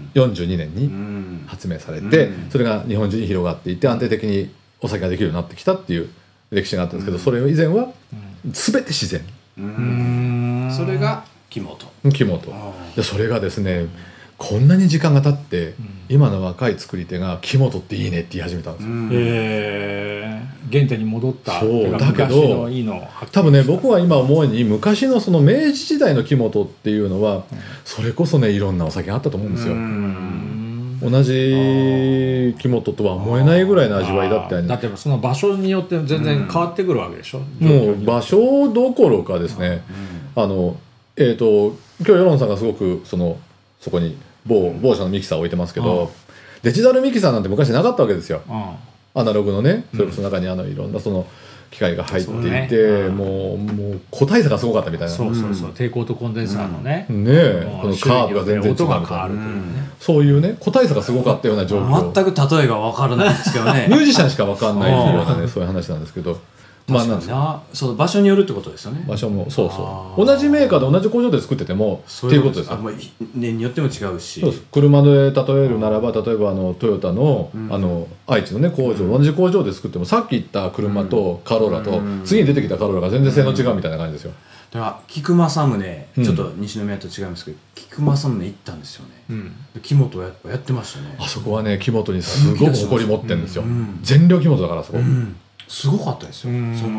Speaker 2: 42年に発明されて、それが日本中に広がっていって安定的にお酒ができるようになってきたっていう歴史があったんですけど、それ以前は全て自然。
Speaker 3: それが木本
Speaker 2: でそれがですねこんなに時間が経って、今の若い作り手が木本っていいねって言い始めたんですよ。
Speaker 1: 原点に戻った。
Speaker 2: そうだけど多分ね僕は今思うに昔のその明治時代の木本っていうのは、それこそねいろんなお酒があったと思うんですよ。同じ木本とは思えないぐらいの味わいだったよね。
Speaker 1: だってその場所によって全然変わってくるわけでしょ。
Speaker 2: もう場所どころかですね、今日世論さんがすごくそこに某社のミキサーを置いてますけど、デジタルミキサーなんて昔なかったわけですよ。アナログのね、それこそ中にいろんな機械が入っていて、もう個体差がすごかったみたいな。
Speaker 1: そう抵抗とコンデンサーのね、
Speaker 2: このカーブが全然違うみたいな、そういうね個体差がすごかったような状況。
Speaker 3: 全く例えが分からないんですけどね。
Speaker 2: ミュージシャンしか分かんないようなねそういう話なんですけど。
Speaker 3: 確かにな、その場所によるってことですよね。
Speaker 2: 場所もそう同じメーカーで同じ工場で作っててもっていうことですよ。
Speaker 3: 年によっても違うし。
Speaker 2: そうです。車で例えるならば、例えばトヨタの愛知のね工場、同じ工場で作ってもさっき言った車とカローラと次に出てきたカローラが全然性能違うみたいな感じですよ。
Speaker 3: だから菊正宗、ちょっと西宮と違いますけど、菊正宗行ったんですよね。木本やっぱやってましたね。
Speaker 2: あそこはね木本にすごく誇り持ってるんですよ。全量木本だからそこ。
Speaker 3: すごかったですよ。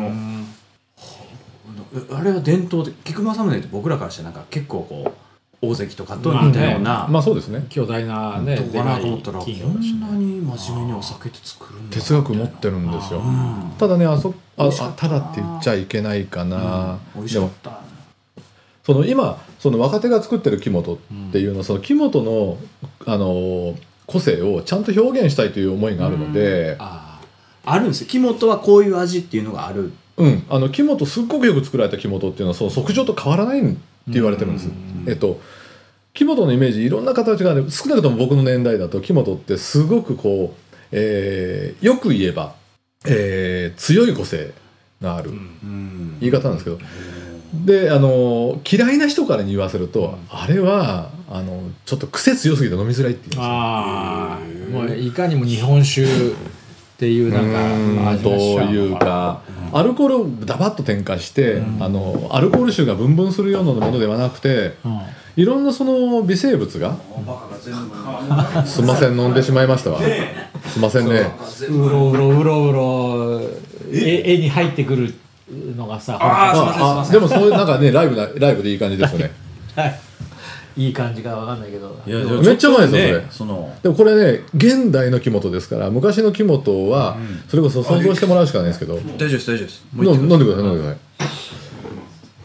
Speaker 3: あれは伝統で、菊正宗って僕らからしてなんか結構こう大関とかと似たような、
Speaker 2: まあそうですね、
Speaker 1: 巨大なね
Speaker 3: とかなと思ったら、こんなに真面目にお酒って作るんだ、
Speaker 2: 哲学持ってるんですよ。ただねただって言っちゃいけないかな。
Speaker 3: 美味しかった。
Speaker 2: 今若手が作ってる木本っていうのは、その木本の個性をちゃんと表現したいという思いがあるので、
Speaker 3: あるんですよ。木本はこういう味っていうのがある。
Speaker 2: 木本すっごくよく作られた木本っていうのはその測定と変わらないって言われてるんです。木本のイメージいろんな形がある。少なくとも僕の年代だと木本ってすごくこう、よく言えば、強い個性がある言い方なんですけど、で嫌いな人からに言わせると、あれはちょっと癖強すぎて飲みづらいって言うんですよ。
Speaker 1: もういかにも日本酒っていうなんか味
Speaker 2: というか、アルコールをダバッと添加して、アルコール臭が分々するようなものではなくて、いろんなその微生物が、すいません飲んでしまいましたわ、すいませんね、
Speaker 1: うろ絵に入ってくるのがさ、
Speaker 2: でもそういうなんかねライブでいい感じですよね。
Speaker 1: いい感じかわかんないけど、
Speaker 2: めっちゃうまいですよそれ。でもこれね現代の木本ですから、昔の木本はそれこそ想像してもらうしかないですけど。
Speaker 3: 大丈夫です
Speaker 2: 飲んでください。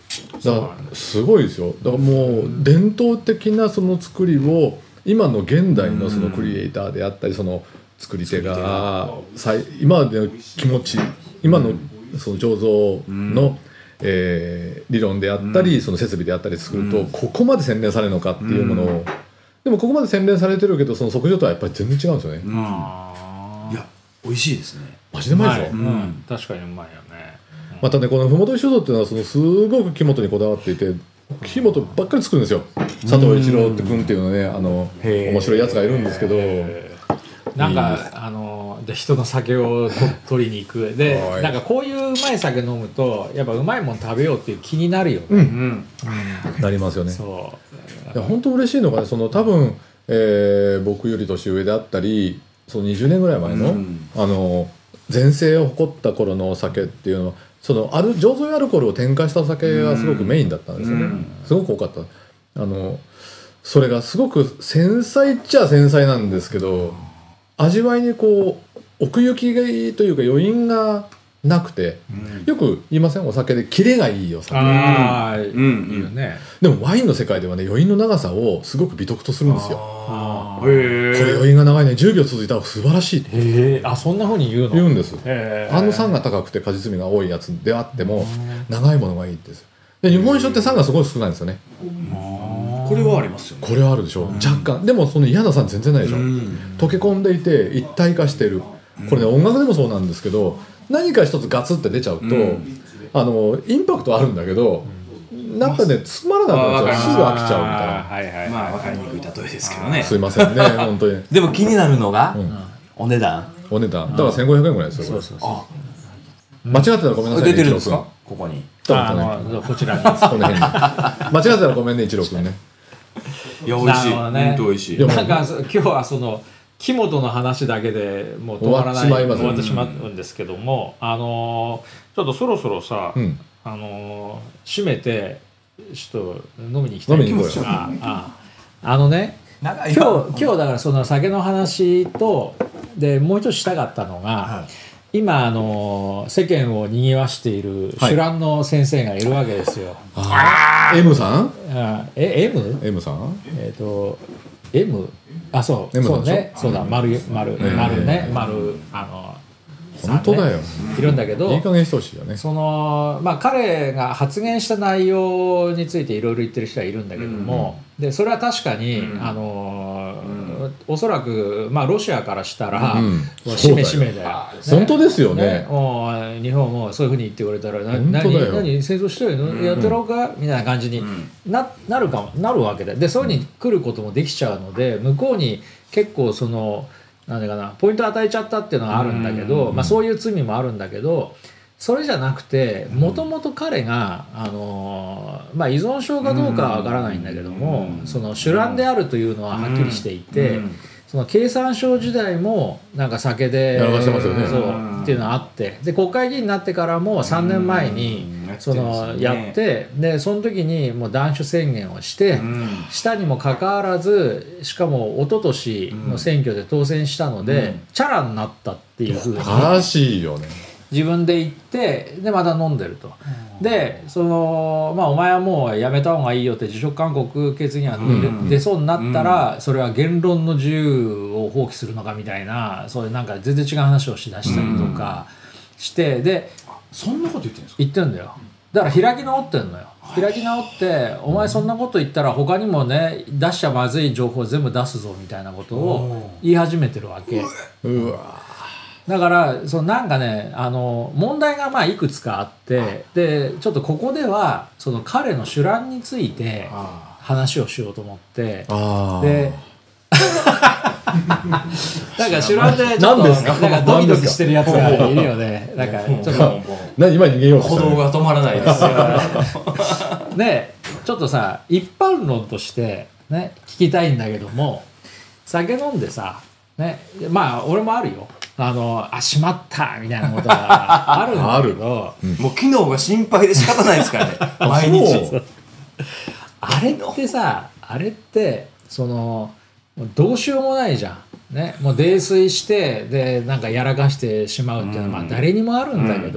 Speaker 2: だからすごいですよ。だからもう伝統的なその作りを今の現代のそのクリエイターであったり、その作り手が今までの気持ち、今のその醸造の理論であったり、その設備であったりすると、ここまで洗練されるのかっていうものを、でもここまで洗練されてるけど、その測定とはやっぱり全然違うんですよね。
Speaker 3: いや美味しいですね。
Speaker 2: マジでうまいですよ。
Speaker 1: 確かにうまいよね。
Speaker 2: またね、このふもと酒造っていうのはそのすごく木本にこだわっていて、木本ばっかり作るんですよ。佐藤一郎って君っていうのね、面白いやつがいるんですけど、
Speaker 1: なんかで人の酒を取りに行くで、なんかこういううまい酒飲むとやっぱうまいもん食べようっていう気になるよね。
Speaker 2: なりますよね。
Speaker 1: そう
Speaker 2: いや本当嬉しいのがね、その多分、僕より年上であったり、その20年ぐらい前の、全盛を誇った頃のお酒っていうのは、その醸造アルコールを添加したお酒がすごくメインだったんですよね。すごく多かった。それがすごく繊細っちゃ繊細なんですけど、味わいにこう奥行きがいいというか余韻がなくて、よく言いません？お酒でキレがいいお酒。
Speaker 1: いいよね。
Speaker 2: でもワインの世界ではね、余韻の長さをすごく美徳とするんですよ。これ余韻が長いね、10秒続いたら素晴らしいって。
Speaker 1: そんな風に言うの？
Speaker 2: 言うんです。酸が高くて果実味が多いやつであっても長いものがいいってです。で日本酒って酸がすごい少ないんですよね。
Speaker 3: これはありますよね。
Speaker 2: これはあるでしょ、若干。でもその嫌な酸全然ないでしょ。溶け込んでいて一体化してる。これね、音楽でもそうなんですけど、何か一つガツって出ちゃうと、インパクトあるんだけど、なんかね、つまらなくなっちゃう、すぐ飽きちゃうみたいな。
Speaker 3: まあ分かりにくい例えですけどね。
Speaker 2: すいませんね、本当に。
Speaker 5: でも気になるのがお値段。
Speaker 2: お値段だから1500円ぐらいですよ。間違ってたらごめんなさいね。
Speaker 5: 出てるんですかここに。
Speaker 1: こちらに
Speaker 2: この辺に間違ってたらごめんね、一郎君ね。
Speaker 3: いや美味しい、本当美味しい。
Speaker 1: なんか今日はその木本の話だけでもう止まらない、終わってしまうんですけども、ちょっとそろそろさ、閉めてちょっと飲みに行きたい気持ちが、ね、今日だからその酒の話とでもう一つしたかったのが、今世間を賑わしている酒乱の先生がいるわけですよ。
Speaker 2: M さん
Speaker 1: ？M
Speaker 2: さん
Speaker 1: ？M？ そうね、そうだ、丸ね、
Speaker 2: 本当だよ。
Speaker 1: いるんだけど、
Speaker 2: いい加減してほしいよね。
Speaker 1: 彼が発言した内容についていろいろ言ってる人はいるんだけども、でそれは確かにおそらくロシアからしたらしめしめだよ。
Speaker 2: 本当ですよね。
Speaker 1: 日本もそういうふうに言ってくれたら何戦争したいのやってろうかみたいな感じになるわけで、そういうふうに来ることもできちゃうので、向こうに結構そのなんだかな、ポイント与えちゃったっていうのがあるんだけど、そういう罪もあるんだけど、それじゃなくて、もともと彼が依存症かどうかは分からないんだけども、その酒乱であるというのははっきりしていて、その経産省時代もなんか酒で
Speaker 2: やらかしてますよね。
Speaker 1: そうっていうのがあって、で国会議員になってからも3年前にそのやって、でその時にもう断酒宣言をしてしたにもかかわらず、しかも一昨年の選挙で当選したので、チャラになったっていうふうに
Speaker 2: 正しいよね。
Speaker 1: 自分で言って、でまた飲んでると。でそのお前はもうやめた方がいいよって辞職勧告決議案が出そうになったら、それは言論の自由を放棄するのかみたいな、そういうなんか全然違う話をしだしたりとかして、で
Speaker 3: そんなこと言ってるんですか？
Speaker 1: 言ってんだよ。だから開き直ってんのよ。開き直って、お前そんなこと言ったら他にもね、出しちゃまずい情報全部出すぞみたいなことを言い始めてるわけ。
Speaker 2: うわ。
Speaker 1: だからなんかね、問題がいくつかあって、でちょっとここではその彼の酒乱について話をしようと思って、でなんか酒乱でちょっとなんかドキドキしてるやつがいるよね。なんかちょっと
Speaker 2: 今逃げようと
Speaker 3: 鼓動が止まらないですよ。
Speaker 1: でちょっとさ、一般論としてね聞きたいんだけども、酒飲んでさね、俺もあるよ。しまったみたいなことがあるんだけど
Speaker 5: もう機能が心配で仕方ないですからね毎日。
Speaker 1: あれってさ、あれってそのどうしようもないじゃん、ね、もう泥酔してでなんかやらかしてしまうっていうのは誰にもあるんだけど、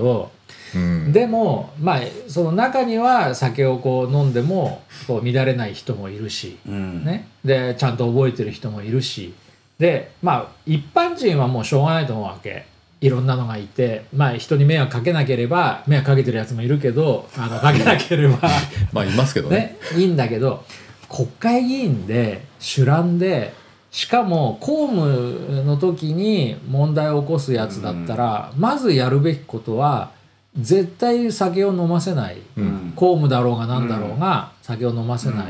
Speaker 1: でもまあその中には酒をこう飲んでもこう乱れない人もいるし、ね、でちゃんと覚えてる人もいるし、でまあ一般人はもうしょうがないと思うわけ。いろんなのがいて、まあ人に迷惑かけなければ、迷惑かけてるやつもいるけど、かけなければ
Speaker 2: まあいますけどね、
Speaker 1: いいんだけど、国会議員で主覧で、しかも公務の時に問題を起こすやつだったら、まずやるべきことは絶対酒を飲ませない、公務だろうが何だろうが酒を飲ませない、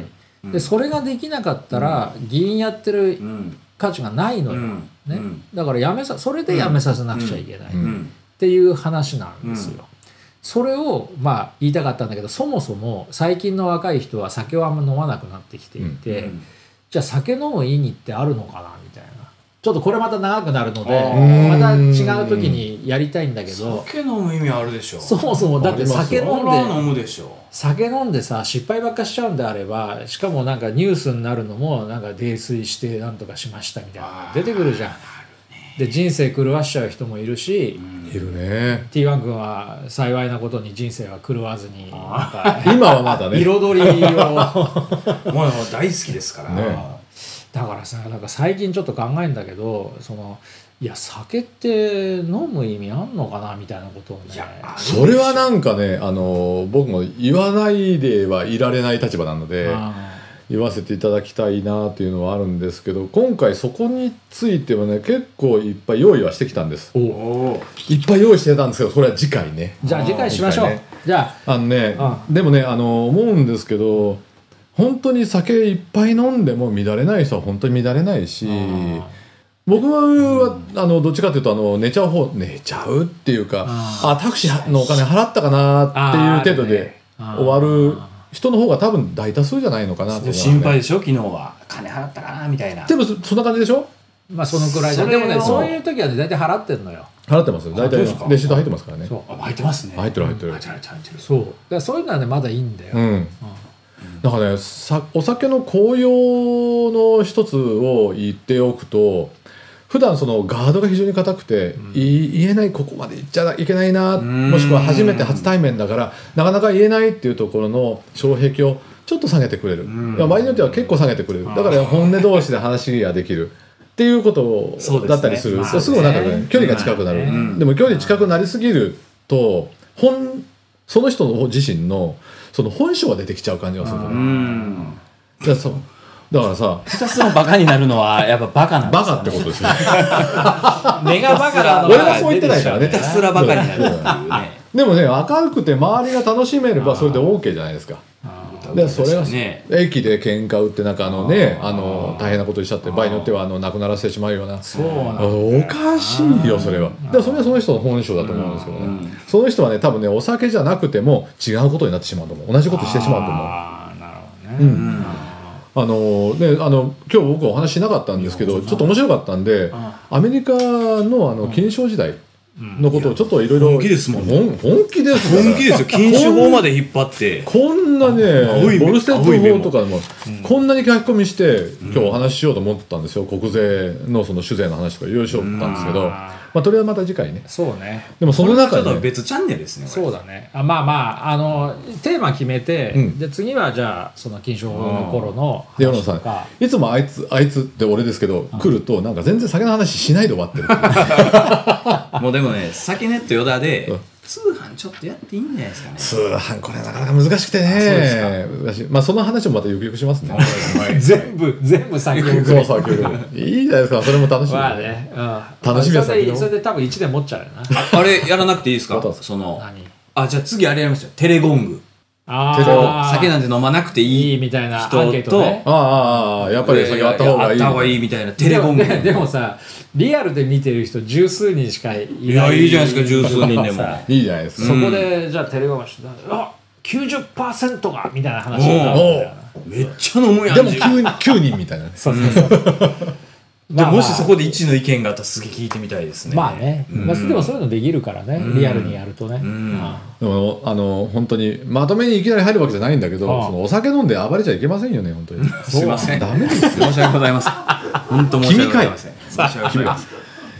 Speaker 1: でそれができなかったら議員やってる価値がないのよ、ね、だからそれでやめさせなくちゃいけないっていう話なんですよ。それをまあ言いたかったんだけど、そもそも最近の若い人は酒をあんま飲まなくなってきていて、じゃあ酒飲む意味ってあるのかなみたいな。ちょっとこれまた長くなるのでまた違う時にやりたいんだけど、
Speaker 3: 酒飲む意味あるでしょ。
Speaker 1: そもそもだって酒飲
Speaker 3: むでしょ。
Speaker 1: 酒飲んでさ失敗ばっかしちゃうんであれば、しかもなんかニュースになるのもなんか泥酔してなんとかしましたみたいなの出てくるじゃん。で人生狂わしちゃう人もいるし、
Speaker 2: いるね。
Speaker 1: T1 君は幸いなことに人生は狂わずに
Speaker 2: 今はまだね
Speaker 1: 彩りを
Speaker 3: もう大好きですから、
Speaker 2: ね、
Speaker 1: だからさ、なんか最近ちょっと考えるんだけど、いや酒って飲む意味あんのかなみたいなことをね。
Speaker 2: それはなんかね、僕も言わないではいられない立場なので言わせていただきたいなっていうのはあるんですけど、今回そこについてはね結構いっぱい用意はしてきたんです。いっぱい用意してたんですけど、それは次回ね。
Speaker 1: じゃあ次回しましょう。じゃあ
Speaker 2: でもね思うんですけど、本当に酒いっぱい飲んでも乱れない人は本当に乱れないし、僕はどっちかというと寝ちゃうっていうか、タクシーのお金払ったかなっていう程度で終わる人の方が多分大多数じゃないのかなと、
Speaker 3: 心配でしょ。昨日は金払ったかなみたいな。
Speaker 2: でもそんな感じでしょ。
Speaker 1: まあそのくらいじゃ。でもね、そういう時はね大体払ってんのよ。
Speaker 2: 払ってますよ。大体レシート入ってますからね。
Speaker 3: 入ってますね。
Speaker 2: 入ってる。
Speaker 1: そう。だからそういうのはねまだいいんだよ。
Speaker 2: だからね、お酒の効用の一つを言っておくと、普段そのガードが非常に硬くて、言えない、ここまで言っちゃいけないな、もしくは初めて初対面だからなかなか言えないっていうところの障壁をちょっと下げてくれる、場合によっては結構下げてくれる。だから本音同士で話ができるっていうことだったりする。すぐなんかね距離が近くなる。でも距離近くなりすぎるとその人の自身のその本性が出てきちゃう感じがする。だからさ、
Speaker 5: ひたすらバカになるのはやっぱバカなんですよね。
Speaker 2: バカってことですよ。
Speaker 1: 根がバカなの。
Speaker 2: 俺もそう言ってないからね。
Speaker 5: ひたすらバカになるっていうね。
Speaker 2: でもね、明るくて周りが楽しめればそれで OK じゃないですか。でそれが駅で喧嘩売ってなんか大変なことしちゃって、場合によっては亡くならせてしまうような、おかしいよそれは。でそれはその人の本性だと思うんですけどね、その人はね多分ねお酒じゃなくても違うことになってしまうと思う。同じことしてしまうと思う。
Speaker 1: なるほどね。
Speaker 2: 今日僕はお話しなかったんですけど、ちょっと面白かったんで、アメリカの禁酒時代のことをちょっといろいろ。
Speaker 3: 本気ですもんね。
Speaker 2: 本気です
Speaker 3: よ。禁酒法まで引っ張って
Speaker 2: こんなねボルステット法とかもこんなに書き込みして今日お話ししようと思ったんですよ。国税のその酒税の話とかいろいろしようと思ったんですけど、とりあえずまた次回ね。
Speaker 1: そうね。
Speaker 2: でもその中で
Speaker 3: 別チャンネルですね。
Speaker 1: そうだね。まあテーマ決めて、で次はじゃあその禁酒法の頃の
Speaker 2: 話とか。いつもあいつって俺ですけど来るとなんか全然酒の話しないで終わってる。
Speaker 3: もうでもね、酒ネットヨダで通販ちょっとやっていいんじゃないですかね。
Speaker 2: 通販これなかなか難しくてね。難しい。その話もまたゆくゆくしますね。
Speaker 1: 全部先送り。
Speaker 2: そう酒送り。いいじゃないですか。それも楽しみ。
Speaker 1: まあね。
Speaker 2: 楽しみですね。
Speaker 1: それで多分1年持っちゃうよ
Speaker 3: な。あれやらなくていいですか。じゃあ次あれやりますよ。テレゴング。酒なんて飲まなくていい
Speaker 1: みたいな
Speaker 3: 人と、
Speaker 2: やっぱり酒あった方がいい。
Speaker 3: あった方がいいみたいなテレゴング。
Speaker 1: でもさ、リアルで見てる人十数人しかいない。
Speaker 3: いや、いいじゃないですか、十数人でも。
Speaker 2: いいじゃないですか。
Speaker 1: そこでじゃあテレゴングして、90% がみたいな話になる。
Speaker 3: めっちゃ飲むやん。
Speaker 2: でも9人みたいなね。
Speaker 3: もしそこで1の意見があったらすげえ聞いてみたいですね。
Speaker 1: まあね。でもそういうのできるからね、リアルにやるとね。
Speaker 2: でも本当にまとめにいきなり入るわけじゃないんだけど、お酒飲んで暴れちゃいけませんよね、本当に。
Speaker 3: すいません。
Speaker 2: ダメですよ。
Speaker 3: 申し訳ございません。本当申し訳ございません。
Speaker 2: 申し訳ございません。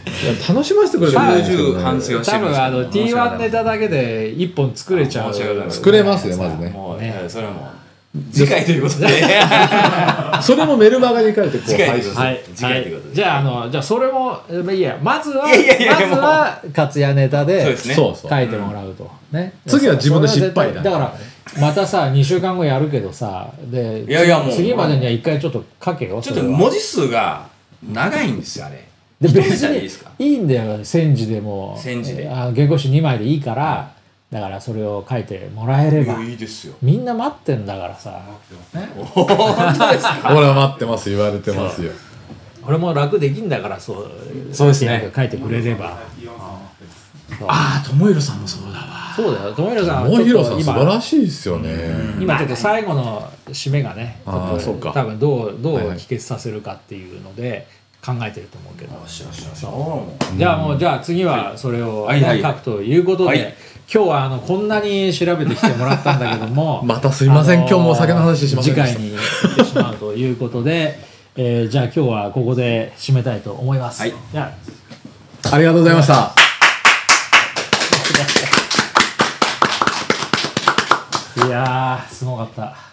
Speaker 2: 楽しませてくれてるんですけどね。
Speaker 3: 反省はして
Speaker 1: 多
Speaker 3: るん
Speaker 1: 分
Speaker 3: ですけど
Speaker 1: T1 ネタだけで1本作れちゃう。
Speaker 2: 作れますねまずね。
Speaker 3: もうねそれはもう次回ということで
Speaker 2: それもメルマガに書いてこう配信。
Speaker 1: はい。
Speaker 3: 次回ということで。
Speaker 1: じゃあそれもいいや。まずは
Speaker 3: やもう
Speaker 1: 勝谷ネタで
Speaker 3: そうですね
Speaker 2: そうそう。
Speaker 1: 書いてもらうとね。
Speaker 2: 次は自分の失敗だ。
Speaker 1: だからまたさ2週間後やるけどさで
Speaker 3: いやもう
Speaker 1: 次までには1回ちょっと書けよ。
Speaker 3: ちょっと文字数が長いんですよあれ。
Speaker 1: で別に
Speaker 3: 一ネタでいいですか
Speaker 1: いいんだよ戦時でも
Speaker 3: 戦時で
Speaker 1: 原稿紙2枚でいいからだからそれを書いてもらえれば
Speaker 3: いいですよ。
Speaker 1: みんな待ってんだからさ
Speaker 3: 本当ですか。
Speaker 2: 俺は待ってます言われてますよ。
Speaker 1: 俺も楽できんだからそう
Speaker 3: ですね
Speaker 1: 書いてくれれば
Speaker 3: ああ友弘さんもそうだわ。
Speaker 1: そうだよ友弘さんは
Speaker 2: 友
Speaker 1: ちょっと
Speaker 2: 弘さん素晴らしいですよね。
Speaker 1: 今ちょっと最後の締めがねちょっと
Speaker 2: そうか
Speaker 1: 多分どう帰結させるかっていうので考えてると思うけどじゃあ次はそれを書くということで今日はこんなに調べてきてもらったんだけども
Speaker 2: またすいません今日もお酒の話しませんでした。
Speaker 1: 次回に行ってしまうということでじゃあ今日はここで締めたいと思います。じゃあ
Speaker 2: ありがとうございました。
Speaker 1: いやーすごかった。